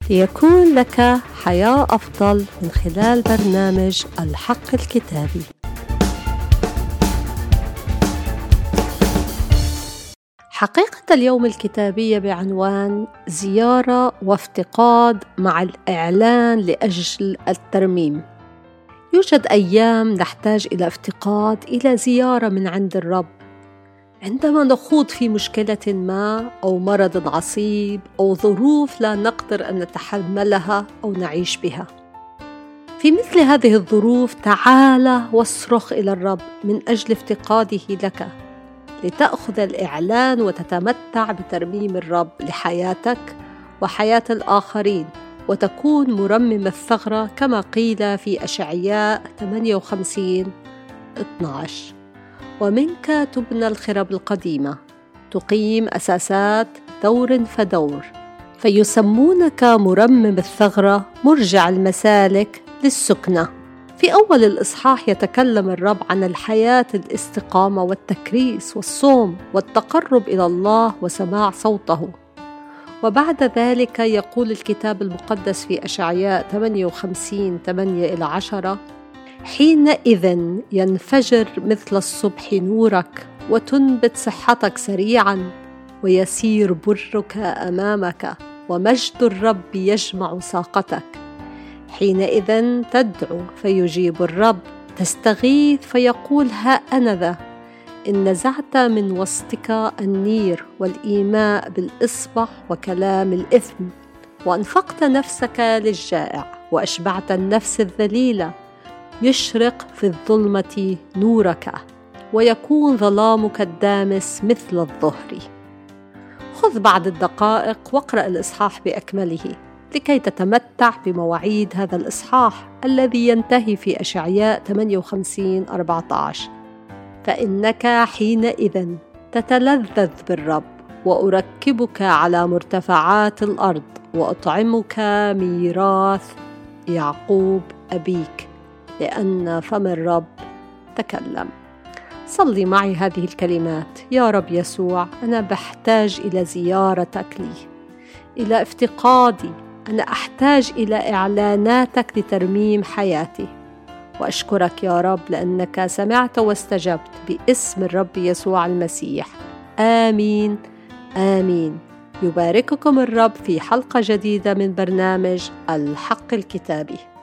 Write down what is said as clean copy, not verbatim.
ليكون لك حياة أفضل من خلال برنامج الحق الكتابي. حقيقة اليوم الكتابية بعنوان زيارة وافتقاد مع الإعلان لأجل الترميم. يوجد أيام نحتاج إلى افتقاد، إلى زيارة من عند الرب، عندما نخوض في مشكلة ما أو مرض عصيب أو ظروف لا نقدر أن نتحملها أو نعيش بها. في مثل هذه الظروف تعال واصرخ إلى الرب من أجل افتقاده لك، لتأخذ الإعلان وتتمتع بترميم الرب لحياتك وحياة الآخرين، وتكون مرمم الثغرة كما قيل في أشعياء 58:12: ومنك تبنى الخرب القديمة، تقيم أساسات دور فدور، فيسمونك مرمم الثغرة، مرجع المسالك للسكنة. في أول الإصحاح يتكلم الرب عن الحياة الاستقامة والتكريس والصوم والتقرب إلى الله وسماع صوته. وبعد ذلك يقول الكتاب المقدس في أشعياء 58:8-10: حينئذ ينفجر مثل الصبح نورك، وتنبت صحتك سريعا، ويسير برك أمامك، ومجد الرب يجمع ساقتك. حينئذ تدعو فيجيب الرب، تستغيث فيقول ها أنا ذا. إن نزعت من وسطك النير والإيماء بالإصبع وكلام الإثم، وأنفقت نفسك للجائع وأشبعت النفس الذليلة، يشرق في الظلمة نورك، ويكون ظلامك الدامس مثل الظهر. خذ بعض الدقائق واقرأ الإصحاح بأكمله لكي تتمتع بمواعيد هذا الإصحاح الذي ينتهي في أشعياء 58:14: فإنك حينئذ تتلذذ بالرب، وأركبك على مرتفعات الأرض، وأطعمك ميراث يعقوب أبيك، لأن فم الرب تكلم. صلي معي هذه الكلمات: يا رب يسوع، أنا بحتاج إلى زيارتك لي، إلى افتقادي، أنا أحتاج إلى إعلاناتك لترميم حياتي. وأشكرك يا رب لأنك سمعت واستجبت، باسم الرب يسوع المسيح، آمين آمين. يبارككم الرب في حلقة جديدة من برنامج الحق الكتابي.